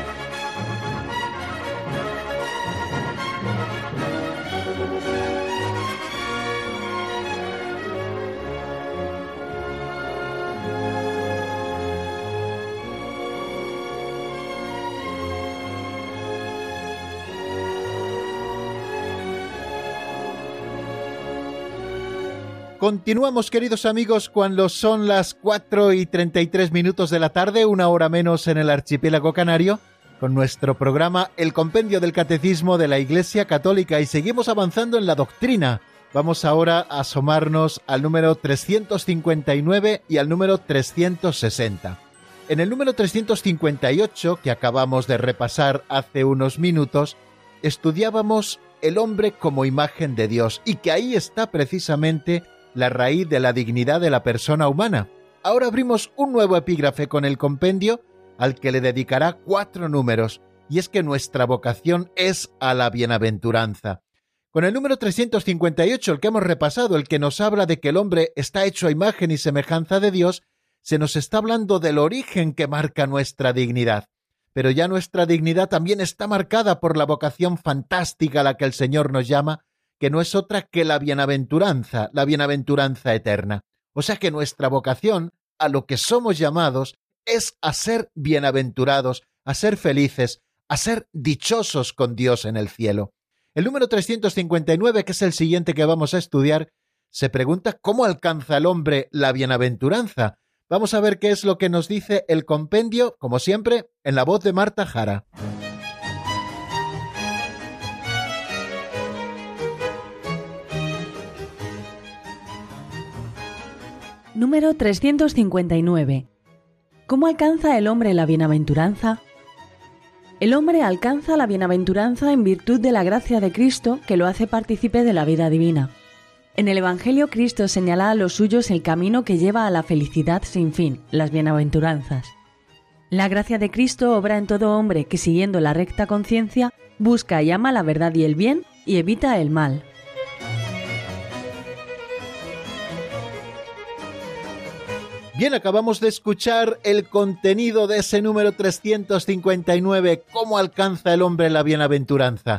[SPEAKER 2] Continuamos, queridos amigos, cuando son las 4:33 de la tarde, 1 hora menos en el archipiélago canario, con nuestro programa El Compendio del Catecismo de la Iglesia Católica, y seguimos avanzando en la doctrina. Vamos ahora a asomarnos al número 359 y al número 360. En el número 358, que acabamos de repasar hace unos minutos, estudiábamos el hombre como imagen de Dios, y que ahí está precisamente la raíz de la dignidad de la persona humana. Ahora abrimos un nuevo epígrafe con el compendio, al que le dedicará 4 números, y es que nuestra vocación es a la bienaventuranza. Con el número 358, el que hemos repasado, el que nos habla de que el hombre está hecho a imagen y semejanza de Dios, se nos está hablando del origen que marca nuestra dignidad. Pero ya nuestra dignidad también está marcada por la vocación fantástica a la que el Señor nos llama, que no es otra que la bienaventuranza eterna. O sea que nuestra vocación, a lo que somos llamados, es a ser bienaventurados, a ser felices, a ser dichosos con Dios en el cielo. El número 359, que es el siguiente que vamos a estudiar, se pregunta ¿cómo alcanza el hombre la bienaventuranza? Vamos a ver qué es lo que nos dice el compendio, como siempre, en la voz de Marta Jara.
[SPEAKER 5] Número 359. ¿Cómo alcanza el hombre la bienaventuranza? El hombre alcanza la bienaventuranza en virtud de la gracia de Cristo, que lo hace partícipe de la vida divina. En el Evangelio, Cristo señala a los suyos el camino que lleva a la felicidad sin fin, las bienaventuranzas. La gracia de Cristo obra en todo hombre que, siguiendo la recta conciencia, busca y ama la verdad y el bien y evita el mal.
[SPEAKER 2] Bien, acabamos de escuchar el contenido de ese número 359, ¿cómo alcanza el hombre la bienaventuranza?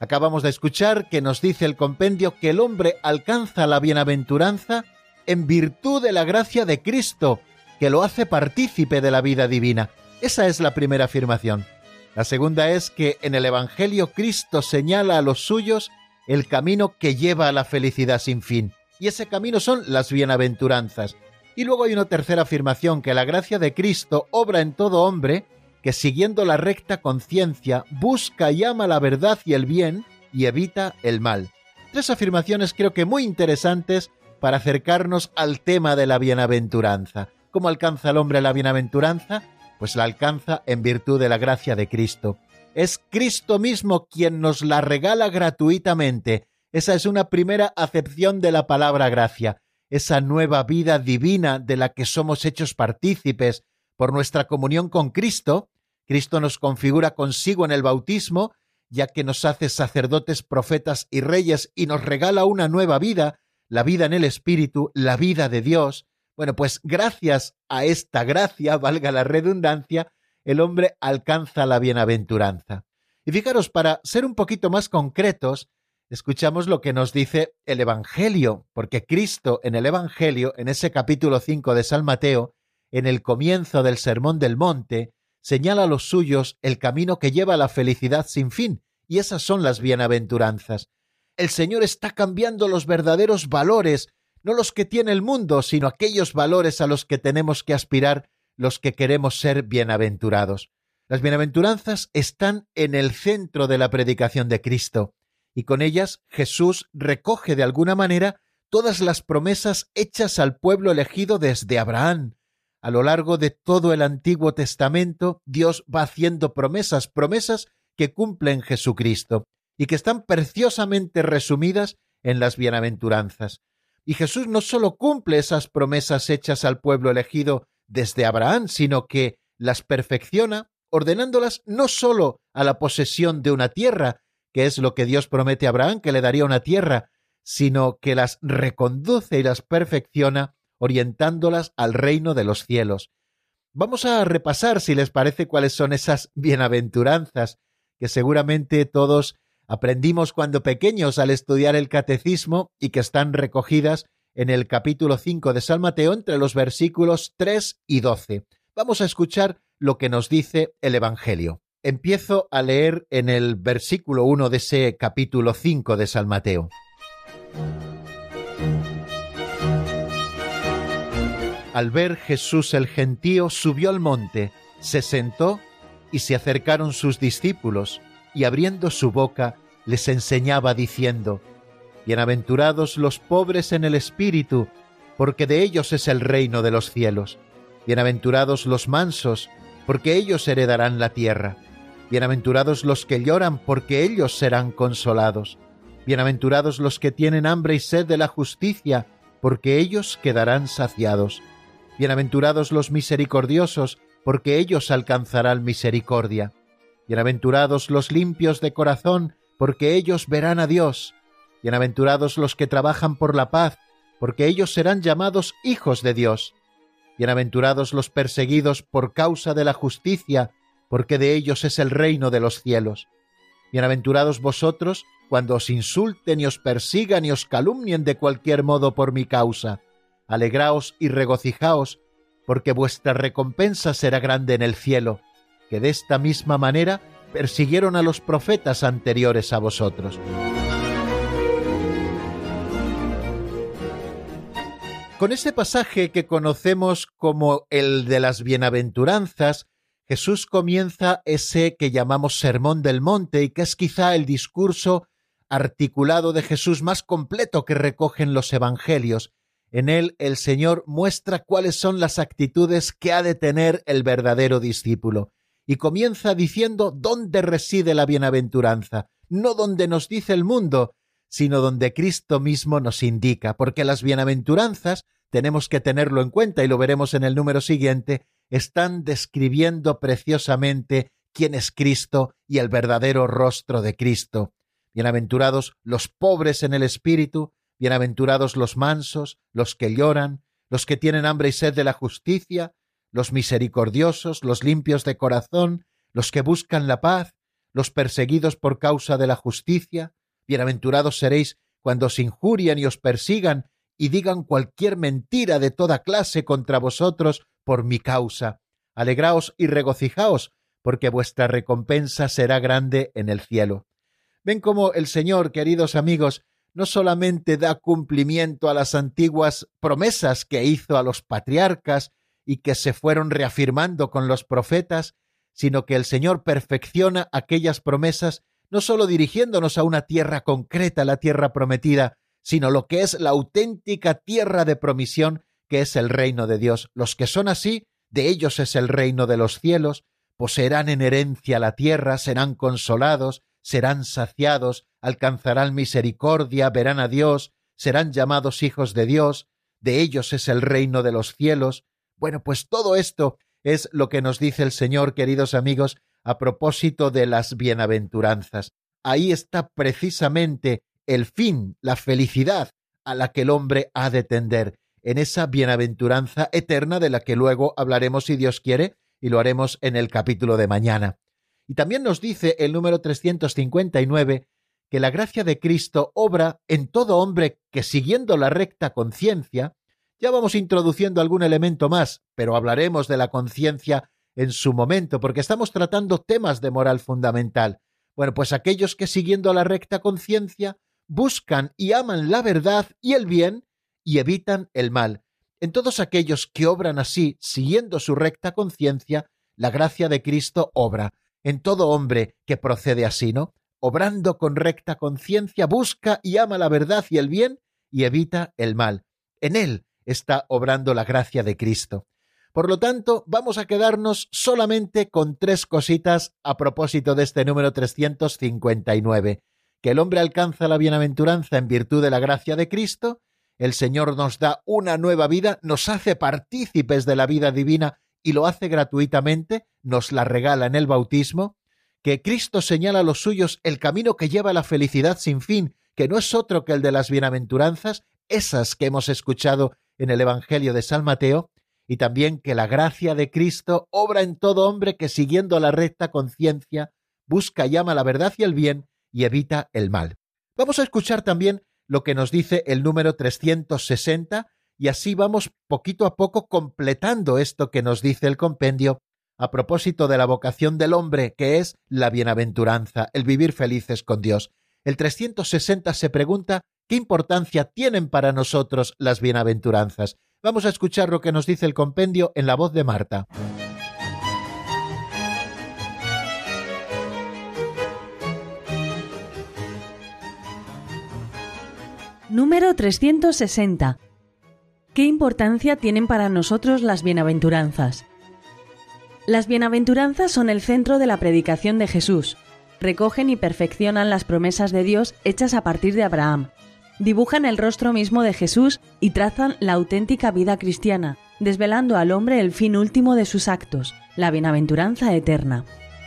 [SPEAKER 2] Acabamos de escuchar que nos dice el compendio que el hombre alcanza la bienaventuranza en virtud de la gracia de Cristo, que lo hace partícipe de la vida divina. Esa es la primera afirmación. La segunda es que en el Evangelio Cristo señala a los suyos el camino que lleva a la felicidad sin fin. Y ese camino son las bienaventuranzas. Y luego hay una tercera afirmación, que la gracia de Cristo obra en todo hombre que, siguiendo la recta conciencia, busca y ama la verdad y el bien y evita el mal. Tres afirmaciones creo que muy interesantes para acercarnos al tema de la bienaventuranza. ¿Cómo alcanza el hombre la bienaventuranza? Pues la alcanza en virtud de la gracia de Cristo. Es Cristo mismo quien nos la regala gratuitamente. Esa es una primera acepción de la palabra gracia, esa nueva vida divina de la que somos hechos partícipes por nuestra comunión con Cristo. Cristo nos configura consigo en el bautismo, ya que nos hace sacerdotes, profetas y reyes y nos regala una nueva vida, la vida en el Espíritu, la vida de Dios. Bueno, pues gracias a esta gracia, valga la redundancia, el hombre alcanza la bienaventuranza. Y fijaros, para ser un poquito más concretos, escuchamos lo que nos dice el Evangelio, porque Cristo en el Evangelio, en ese capítulo 5 de San Mateo, en el comienzo del Sermón del Monte, señala a los suyos el camino que lleva a la felicidad sin fin, y esas son las bienaventuranzas. El Señor está cambiando los verdaderos valores, no los que tiene el mundo, sino aquellos valores a los que tenemos que aspirar los que queremos ser bienaventurados. Las bienaventuranzas están en el centro de la predicación de Cristo, y con ellas Jesús recoge de alguna manera todas las promesas hechas al pueblo elegido desde Abraham. A lo largo de todo el Antiguo Testamento, Dios va haciendo promesas que cumplen Jesucristo, y que están preciosamente resumidas en las bienaventuranzas. Y Jesús no solo cumple esas promesas hechas al pueblo elegido desde Abraham, sino que las perfecciona, ordenándolas no solo a la posesión de una tierra, que es lo que Dios promete a Abraham, que le daría una tierra, sino que las reconduce y las perfecciona, orientándolas al reino de los cielos. Vamos a repasar, si les parece, cuáles son esas bienaventuranzas que seguramente todos aprendimos cuando pequeños al estudiar el catecismo y que están recogidas en el capítulo 5 de San Mateo entre los versículos 3 y 12. Vamos a escuchar lo que nos dice el Evangelio. Empiezo a leer en el versículo 1 de ese capítulo 5 de San Mateo. Al ver Jesús el gentío, subió al monte, se sentó y se acercaron sus discípulos, y abriendo su boca les enseñaba diciendo: Bienaventurados los pobres en el espíritu, porque de ellos es el reino de los cielos. Bienaventurados los mansos, porque ellos heredarán la tierra. Bienaventurados los que lloran, porque ellos serán consolados. Bienaventurados los que tienen hambre y sed de la justicia, porque ellos quedarán saciados. Bienaventurados los misericordiosos, porque ellos alcanzarán misericordia. Bienaventurados los limpios de corazón, porque ellos verán a Dios. Bienaventurados los que trabajan por la paz, porque ellos serán llamados hijos de Dios. Bienaventurados los perseguidos por causa de la justicia, porque de ellos es el reino de los cielos. Bienaventurados vosotros cuando os insulten y os persigan y os calumnien de cualquier modo por mi causa. Alegraos y regocijaos, porque vuestra recompensa será grande en el cielo, que de esta misma manera persiguieron a los profetas anteriores a vosotros. Con ese pasaje que conocemos como el de las bienaventuranzas, Jesús comienza ese que llamamos Sermón del Monte y que es quizá el discurso articulado de Jesús más completo que recogen los evangelios. En él el Señor muestra cuáles son las actitudes que ha de tener el verdadero discípulo. Y comienza diciendo dónde reside la bienaventuranza, no donde nos dice el mundo, sino donde Cristo mismo nos indica, porque las bienaventuranzas, tenemos que tenerlo en cuenta y lo veremos en el número siguiente, están describiendo preciosamente quién es Cristo y el verdadero rostro de Cristo. Bienaventurados los pobres en el espíritu, bienaventurados los mansos, los que lloran, los que tienen hambre y sed de la justicia, los misericordiosos, los limpios de corazón, los que buscan la paz, los perseguidos por causa de la justicia. Bienaventurados seréis cuando os injurien y os persigan y digan cualquier mentira de toda clase contra vosotros por mi causa. Alegraos y regocijaos, porque vuestra recompensa será grande en el cielo. Ven cómo el Señor, queridos amigos, no solamente da cumplimiento a las antiguas promesas que hizo a los patriarcas y que se fueron reafirmando con los profetas, sino que el Señor perfecciona aquellas promesas no solo dirigiéndonos a una tierra concreta, la tierra prometida, sino lo que es la auténtica tierra de promisión, que es el reino de Dios. Los que son así, de ellos es el reino de los cielos, poseerán en herencia la tierra, serán consolados, serán saciados, alcanzarán misericordia, verán a Dios, serán llamados hijos de Dios, de ellos es el reino de los cielos. Bueno, pues todo esto es lo que nos dice el Señor, queridos amigos, a propósito de las bienaventuranzas. Ahí está precisamente el fin, la felicidad a la que el hombre ha de tender, en esa bienaventuranza eterna de la que luego hablaremos si Dios quiere, y lo haremos en el capítulo de mañana. Y también nos dice el número 359 que la gracia de Cristo obra en todo hombre que, siguiendo la recta conciencia, ya vamos introduciendo algún elemento más, pero hablaremos de la conciencia en su momento, porque estamos tratando temas de moral fundamental. Bueno, pues aquellos que, siguiendo la recta conciencia, buscan y aman la verdad y el bien y evitan el mal. En todos aquellos que obran así, siguiendo su recta conciencia, la gracia de Cristo obra. En todo hombre que procede así, ¿no? Obrando con recta conciencia, busca y ama la verdad y el bien y evita el mal. En él está obrando la gracia de Cristo. Por lo tanto, vamos a quedarnos solamente con 3 cositas a propósito de este número 359. Que el hombre alcanza la bienaventuranza en virtud de la gracia de Cristo, el Señor nos da una nueva vida, nos hace partícipes de la vida divina y lo hace gratuitamente, nos la regala en el bautismo, que Cristo señala a los suyos el camino que lleva a la felicidad sin fin, que no es otro que el de las bienaventuranzas, esas que hemos escuchado en el Evangelio de San Mateo, y también que la gracia de Cristo obra en todo hombre que, siguiendo la recta conciencia, busca y ama la verdad y el bien y evita el mal. Vamos a escuchar también lo que nos dice el número 360 y así vamos poquito a poco completando esto que nos dice el compendio a propósito de la vocación del hombre, que es la bienaventuranza, el vivir felices con Dios. El 360 se pregunta ¿qué importancia tienen para nosotros las bienaventuranzas? Vamos a escuchar lo que nos dice el compendio en la voz de Marta.
[SPEAKER 5] Número 360. ¿Qué importancia tienen para nosotros las bienaventuranzas? Las bienaventuranzas son el centro de la predicación de Jesús. Recogen y perfeccionan las promesas de Dios hechas a partir de Abraham. Dibujan el rostro mismo de Jesús y trazan la auténtica vida cristiana, desvelando al hombre el fin último de sus actos, la bienaventuranza eterna.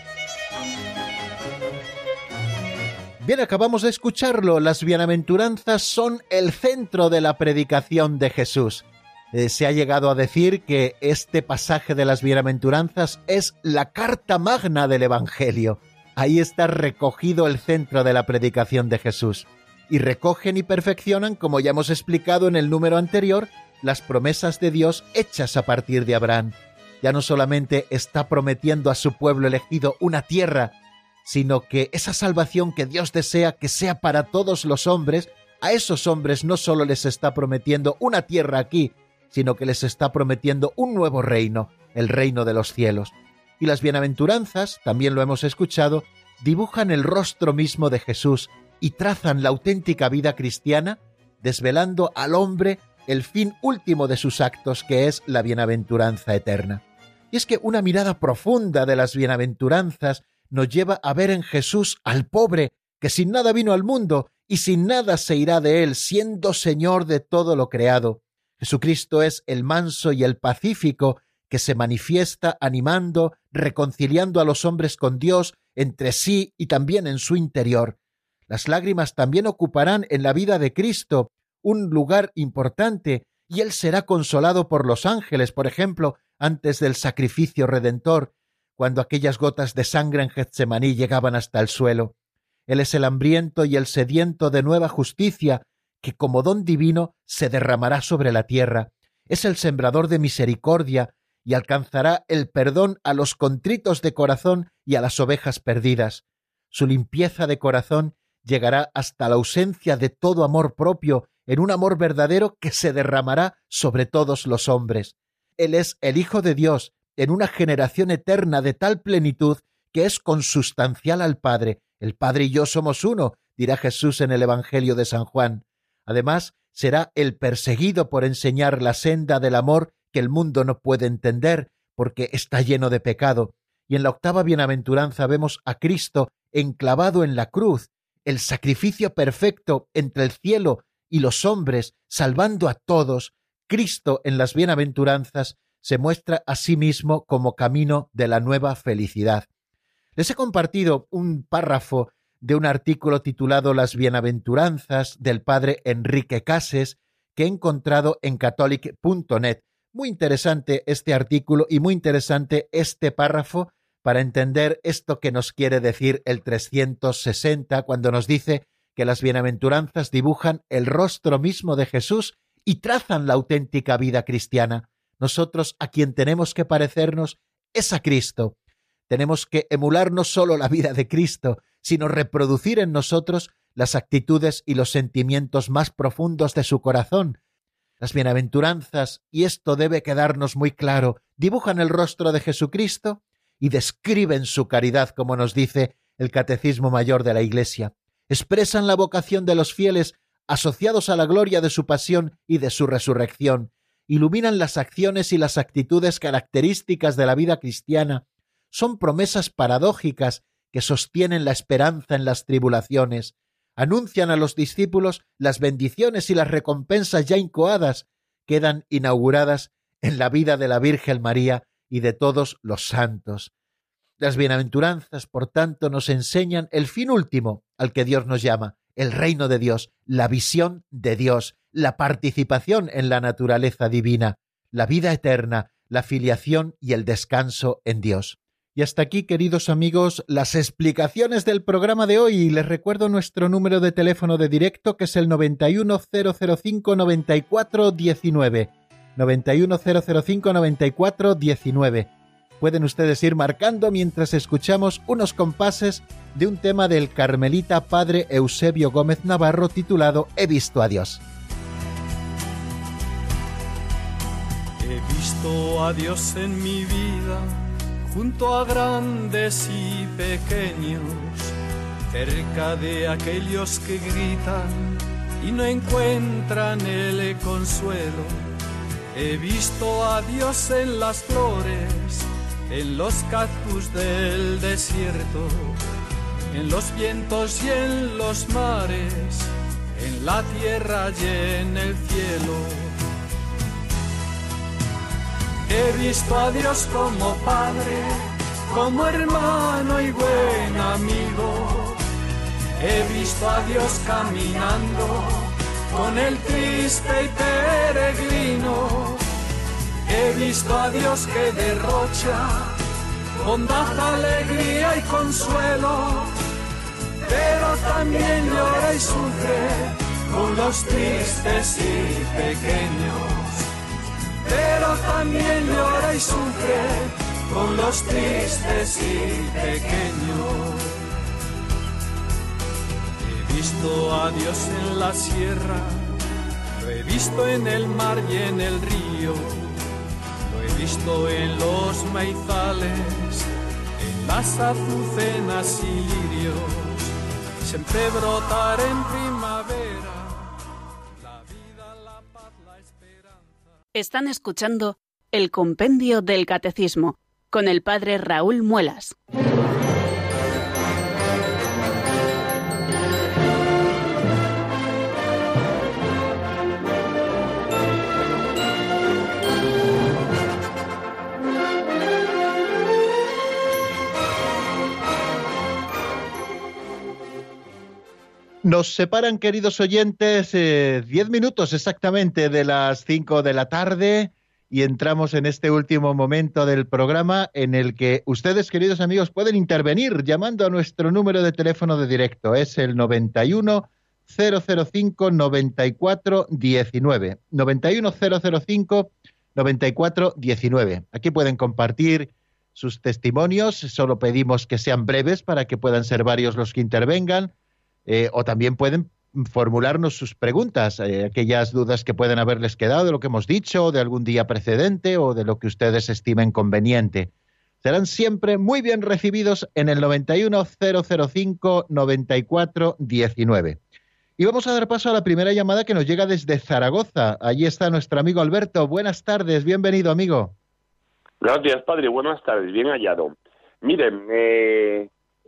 [SPEAKER 2] Bien, acabamos de escucharlo. Las bienaventuranzas son el centro de la predicación de Jesús. Se ha llegado a decir que este pasaje de las bienaventuranzas es la carta magna del Evangelio. Ahí está recogido el centro de la predicación de Jesús. Y recogen y perfeccionan, como ya hemos explicado en el número anterior, las promesas de Dios hechas a partir de Abraham. Ya no solamente está prometiendo a su pueblo elegido una tierra, sino que esa salvación que Dios desea que sea para todos los hombres, a esos hombres no solo les está prometiendo una tierra aquí, sino que les está prometiendo un nuevo reino, el reino de los cielos. Y las bienaventuranzas, también lo hemos escuchado, dibujan el rostro mismo de Jesús y trazan la auténtica vida cristiana, desvelando al hombre el fin último de sus actos, que es la bienaventuranza eterna. Y es que una mirada profunda de las bienaventuranzas nos lleva a ver en Jesús al pobre, que sin nada vino al mundo y sin nada se irá de él, siendo Señor de todo lo creado. Jesucristo es el manso y el pacífico, que se manifiesta animando, reconciliando a los hombres con Dios, entre sí y también en su interior. Las lágrimas también ocuparán en la vida de Cristo un lugar importante, y él será consolado por los ángeles, por ejemplo, antes del sacrificio redentor, cuando aquellas gotas de sangre en Getsemaní llegaban hasta el suelo. Él es el hambriento y el sediento de nueva justicia, que como don divino se derramará sobre la tierra. Es el sembrador de misericordia y alcanzará el perdón a los contritos de corazón y a las ovejas perdidas. Su limpieza de corazón llegará hasta la ausencia de todo amor propio, en un amor verdadero que se derramará sobre todos los hombres. Él es el Hijo de Dios en una generación eterna de tal plenitud que es consustancial al Padre. El Padre y yo somos uno, dirá Jesús en el Evangelio de San Juan. Además, será el perseguido por enseñar la senda del amor que el mundo no puede entender, porque está lleno de pecado. Y en la octava bienaventuranza vemos a Cristo enclavado en la cruz, el sacrificio perfecto entre el cielo y los hombres, salvando a todos. Cristo en las bienaventuranzas se muestra a sí mismo como camino de la nueva felicidad. Les he compartido un párrafo de un artículo titulado Las bienaventuranzas del padre Enrique Cases, que he encontrado en catholic.net. Muy interesante este artículo y muy interesante este párrafo para entender esto que nos quiere decir el 360 cuando nos dice que las bienaventuranzas dibujan el rostro mismo de Jesús y trazan la auténtica vida cristiana. Nosotros a quien tenemos que parecernos es a Cristo. Tenemos que emular no solo la vida de Cristo, sino reproducir en nosotros las actitudes y los sentimientos más profundos de su corazón. Las bienaventuranzas, y esto debe quedarnos muy claro, dibujan el rostro de Jesucristo y describen su caridad, como nos dice el Catecismo Mayor de la Iglesia. Expresan la vocación de los fieles asociados a la gloria de su pasión y de su resurrección. Iluminan las acciones y las actitudes características de la vida cristiana. Son promesas paradójicas que sostienen la esperanza en las tribulaciones. Anuncian a los discípulos las bendiciones y las recompensas ya incoadas. Quedan inauguradas en la vida de la Virgen María y de todos los santos. Las bienaventuranzas, por tanto, nos enseñan el fin último al que Dios nos llama, el reino de Dios, la visión de Dios, la participación en la naturaleza divina, la vida eterna, la filiación y el descanso en Dios. Y hasta aquí, queridos amigos, las explicaciones del programa de hoy. Les recuerdo nuestro número de teléfono de directo, que es el 91005-9419. 91005-9419. Pueden ustedes ir marcando mientras escuchamos unos compases de un tema del carmelita padre Eusebio Gómez Navarro titulado He visto a Dios.
[SPEAKER 6] He visto a Dios en mi vida, junto a grandes y pequeños, cerca de aquellos que gritan y no encuentran el consuelo. He visto a Dios en las flores, en los cactus del desierto, en los vientos y en los mares, en la tierra y en el cielo. He visto a Dios como Padre, como hermano y buen amigo. He visto a Dios caminando con el triste y peregrino. He visto a Dios que derrocha bondad, alegría y consuelo, pero también llora y sufre con los tristes y pequeños. Pero también llora y sufre con los tristes y pequeños. He visto a Dios en la sierra, lo he visto en el mar y en el río, lo he visto en los maizales, en las azucenas y lirios, siempre brotar en primavera.
[SPEAKER 1] Están escuchando el Compendio del Catecismo con el padre Raúl Muelas.
[SPEAKER 2] Nos separan, queridos oyentes, 10 minutos exactamente de las 5 de la tarde y entramos en este último momento del programa en el que ustedes, queridos amigos, pueden intervenir llamando a nuestro número de teléfono de directo. Es el 91 005 94 19. 91 005 94 19. Aquí pueden compartir sus testimonios, solo pedimos que sean breves para que puedan ser varios los que intervengan, o también pueden formularnos sus preguntas, aquellas dudas que pueden haberles quedado de lo que hemos dicho, de algún día precedente o de lo que ustedes estimen conveniente. Serán siempre muy bien recibidos en el 91 005 94 19. Y vamos a dar paso a la primera llamada que nos llega desde Zaragoza. Allí está nuestro amigo Alberto. Buenas tardes, bienvenido, amigo.
[SPEAKER 7] Gracias, padre. Buenas tardes, bien hallado. Miren, en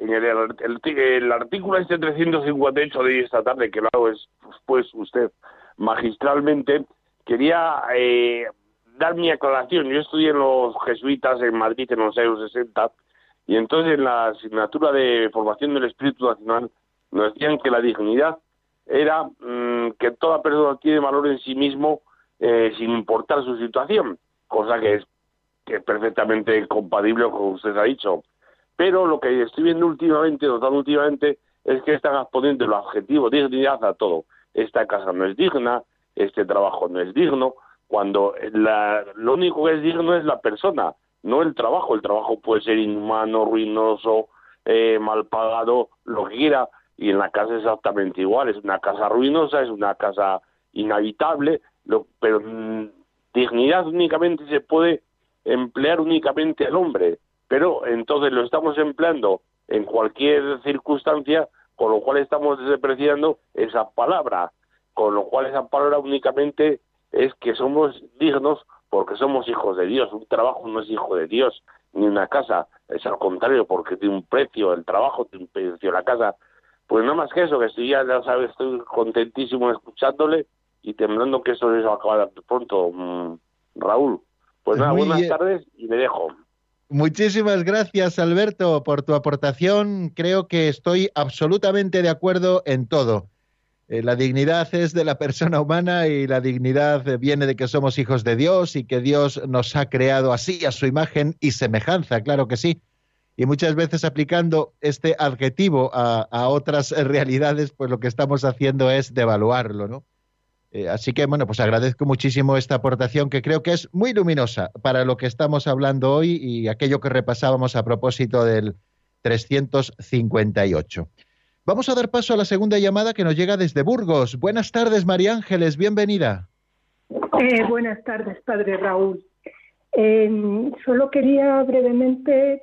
[SPEAKER 7] el artículo 358 de esta tarde, que lo hago pues usted magistralmente, quería dar mi aclaración. Yo estudié en los jesuitas en Madrid en los años 60, y entonces en la asignatura de formación del espíritu nacional nos decían que la dignidad era que toda persona tiene valor en sí mismo sin importar su situación, cosa que es perfectamente compatible con lo que usted ha dicho. Pero lo que estoy viendo notando últimamente, es que están poniendo el adjetivo dignidad a todo. Esta casa no es digna, este trabajo no es digno, cuando lo único que es digno es la persona, no el trabajo. El trabajo puede ser inhumano, ruinoso, mal pagado, lo que quiera, y en la casa es exactamente igual. Es una casa ruinosa, es una casa inhabitable, pero dignidad únicamente se puede emplear únicamente al hombre, pero entonces lo estamos empleando en cualquier circunstancia, con lo cual estamos despreciando esa palabra, con lo cual esa palabra únicamente es que somos dignos porque somos hijos de Dios. Un trabajo no es hijo de Dios, ni una casa, es al contrario, porque tiene un precio, el trabajo tiene un precio, la casa. Pues nada más que eso, que estoy, ya sabes, estoy contentísimo escuchándole y temblando que esto se va a acabar pronto, Raúl. Pues nada, buenas tardes y me dejo.
[SPEAKER 2] Muchísimas gracias, Alberto, por tu aportación. Creo que estoy absolutamente de acuerdo en todo. La dignidad es de la persona humana y la dignidad viene de que somos hijos de Dios y que Dios nos ha creado así, a su imagen y semejanza, claro que sí. Y muchas veces aplicando este adjetivo a otras realidades, pues lo que estamos haciendo es devaluarlo, ¿no? Así que, bueno, pues agradezco muchísimo esta aportación que creo que es muy luminosa para lo que estamos hablando hoy y aquello que repasábamos a propósito del 358. Vamos a dar paso a la segunda llamada que nos llega desde Burgos. Buenas tardes, María Ángeles, bienvenida.
[SPEAKER 8] Buenas tardes, padre Raúl. Solo quería brevemente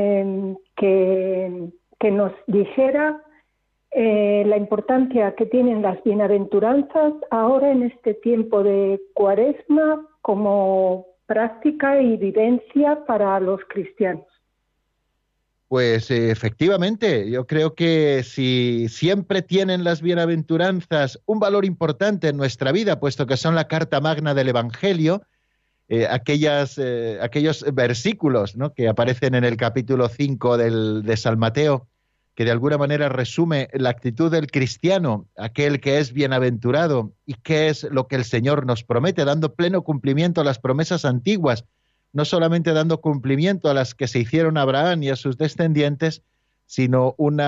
[SPEAKER 8] que nos dijera la importancia que tienen las bienaventuranzas ahora en este tiempo de Cuaresma como práctica y vivencia para los cristianos.
[SPEAKER 2] Pues efectivamente, yo creo que si siempre tienen las bienaventuranzas un valor importante en nuestra vida, puesto que son la carta magna del Evangelio, aquellos versículos, ¿no?, que aparecen en el capítulo 5 de San Mateo, que de alguna manera resume la actitud del cristiano, aquel que es bienaventurado y qué es lo que el Señor nos promete, dando pleno cumplimiento a las promesas antiguas, no solamente dando cumplimiento a las que se hicieron a Abraham y a sus descendientes, sino un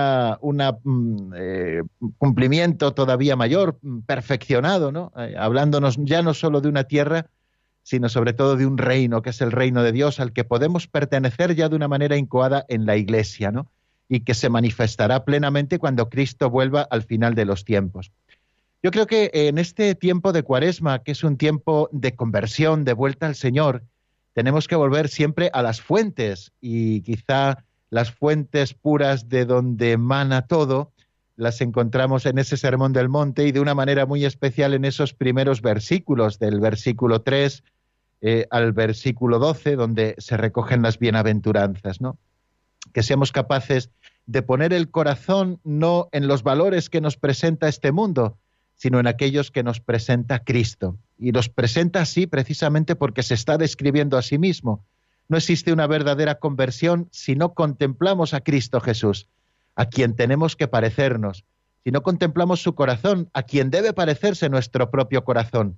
[SPEAKER 2] cumplimiento todavía mayor, perfeccionado, ¿no? Hablándonos ya no solo de una tierra, sino sobre todo de un reino, que es el reino de Dios, al que podemos pertenecer ya de una manera incoada en la Iglesia, ¿no?, y que se manifestará plenamente cuando Cristo vuelva al final de los tiempos. Yo creo que en este tiempo de Cuaresma, que es un tiempo de conversión, de vuelta al Señor, tenemos que volver siempre a las fuentes, y quizá las fuentes puras de donde emana todo las encontramos en ese Sermón del Monte y de una manera muy especial en esos primeros versículos, del versículo 3 al versículo 12, donde se recogen las bienaventuranzas, ¿no? Que seamos capaces de poner el corazón no en los valores que nos presenta este mundo, sino en aquellos que nos presenta Cristo. Y los presenta así precisamente porque se está describiendo a sí mismo. No existe una verdadera conversión si no contemplamos a Cristo Jesús, a quien tenemos que parecernos, si no contemplamos su corazón, a quien debe parecerse nuestro propio corazón.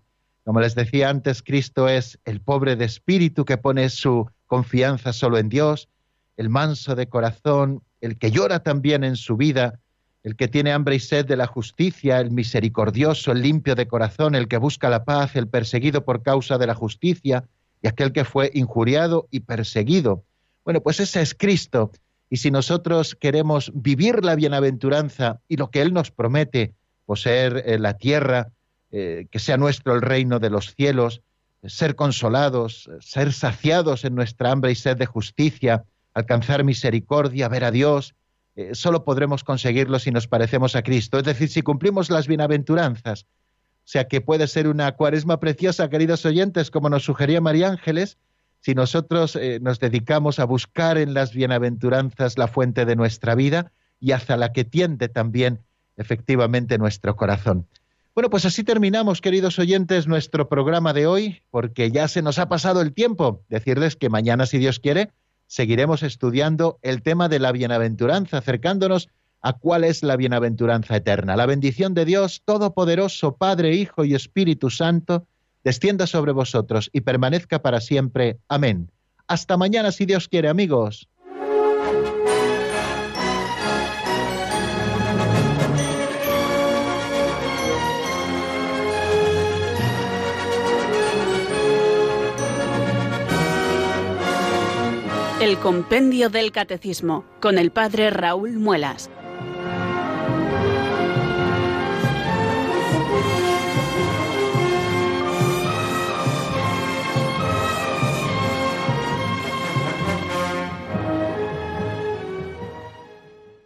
[SPEAKER 2] Como les decía antes, Cristo es el pobre de espíritu que pone su confianza solo en Dios, el manso de corazón, el que llora también en su vida, el que tiene hambre y sed de la justicia, el misericordioso, el limpio de corazón, el que busca la paz, el perseguido por causa de la justicia y aquel que fue injuriado y perseguido. Bueno, pues ese es Cristo. Y si nosotros queremos vivir la bienaventuranza y lo que Él nos promete, poseer la tierra, que sea nuestro el reino de los cielos, ser consolados, ser saciados en nuestra hambre y sed de justicia, alcanzar misericordia, ver a Dios, solo podremos conseguirlo si nos parecemos a Cristo, es decir, si cumplimos las bienaventuranzas. O sea que puede ser una cuaresma preciosa, queridos oyentes, como nos sugería María Ángeles, si nosotros nos dedicamos a buscar en las bienaventuranzas la fuente de nuestra vida y hacia la que tiende también efectivamente nuestro corazón. Bueno, pues así terminamos, queridos oyentes, nuestro programa de hoy, porque ya se nos ha pasado el tiempo. Decirles que mañana, si Dios quiere, seguiremos estudiando el tema de la bienaventuranza, acercándonos a cuál es la bienaventuranza eterna. La bendición de Dios Todopoderoso, Padre, Hijo y Espíritu Santo, descienda sobre vosotros y permanezca para siempre. Amén. Hasta mañana, si Dios quiere, amigos.
[SPEAKER 1] El Compendio del Catecismo, con el Padre Raúl Muelas.